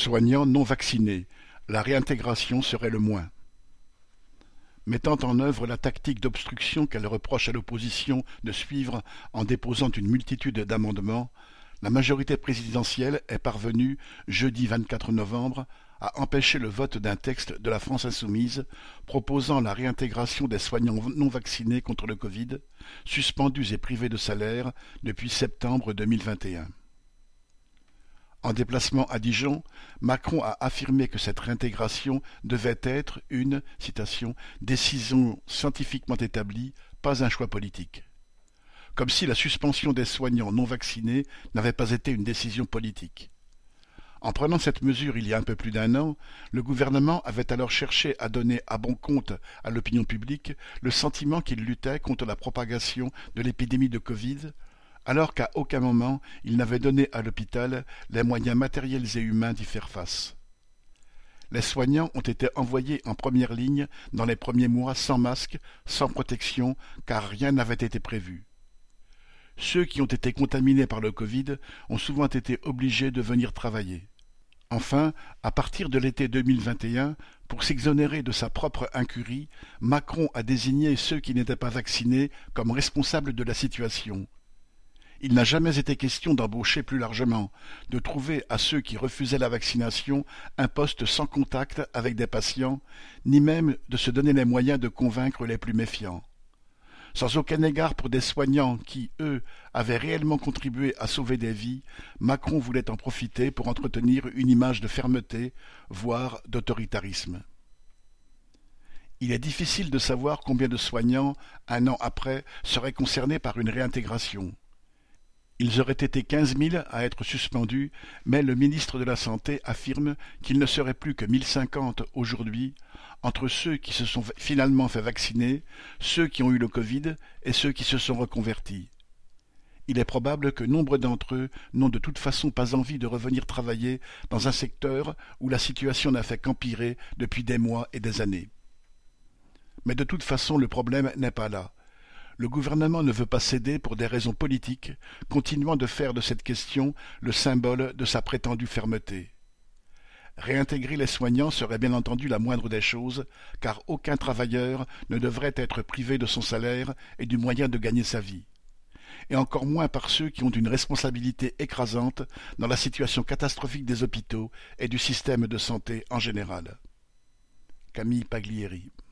Soignants non vaccinés, la réintégration serait le moins. Mettant en œuvre la tactique d'obstruction qu'elle reproche à l'opposition de suivre en déposant une multitude d'amendements, la majorité présidentielle est parvenue, jeudi 24 novembre, à empêcher le vote d'un texte de la France insoumise proposant la réintégration des soignants non vaccinés contre le Covid, suspendus et privés de salaire depuis septembre 2021. En déplacement à Dijon, Macron a affirmé que cette réintégration devait être une, citation, « décision scientifiquement établie, pas un choix politique ». Comme si la suspension des soignants non vaccinés n'avait pas été une décision politique. En prenant cette mesure il y a un peu plus d'un an, le gouvernement avait alors cherché à donner à bon compte à l'opinion publique le sentiment qu'il luttait contre la propagation de l'épidémie de Covid, alors qu'à aucun moment il n'avait donné à l'hôpital les moyens matériels et humains d'y faire face. Les soignants ont été envoyés en première ligne dans les premiers mois sans masque, sans protection, car rien n'avait été prévu. Ceux qui ont été contaminés par le Covid ont souvent été obligés de venir travailler. Enfin, à partir de l'été 2021, pour s'exonérer de sa propre incurie, Macron a désigné ceux qui n'étaient pas vaccinés comme responsables de la situation. Il n'a jamais été question d'embaucher plus largement, de trouver à ceux qui refusaient la vaccination un poste sans contact avec des patients, ni même de se donner les moyens de convaincre les plus méfiants. Sans aucun égard pour des soignants qui, eux, avaient réellement contribué à sauver des vies, Macron voulait en profiter pour entretenir une image de fermeté, voire d'autoritarisme. Il est difficile de savoir combien de soignants, un an après, seraient concernés par une réintégration. Ils auraient été 15 000 à être suspendus, mais le ministre de la Santé affirme qu'il ne serait plus que 1050 aujourd'hui, entre ceux qui se sont finalement fait vacciner, ceux qui ont eu le Covid et ceux qui se sont reconvertis. Il est probable que nombre d'entre eux n'ont de toute façon pas envie de revenir travailler dans un secteur où la situation n'a fait qu'empirer depuis des mois et des années. Mais de toute façon, le problème n'est pas là. Le gouvernement ne veut pas céder pour des raisons politiques, continuant de faire de cette question le symbole de sa prétendue fermeté. Réintégrer les soignants serait bien entendu la moindre des choses, car aucun travailleur ne devrait être privé de son salaire et du moyen de gagner sa vie. Et encore moins par ceux qui ont une responsabilité écrasante dans la situation catastrophique des hôpitaux et du système de santé en général. Camille Paglieri.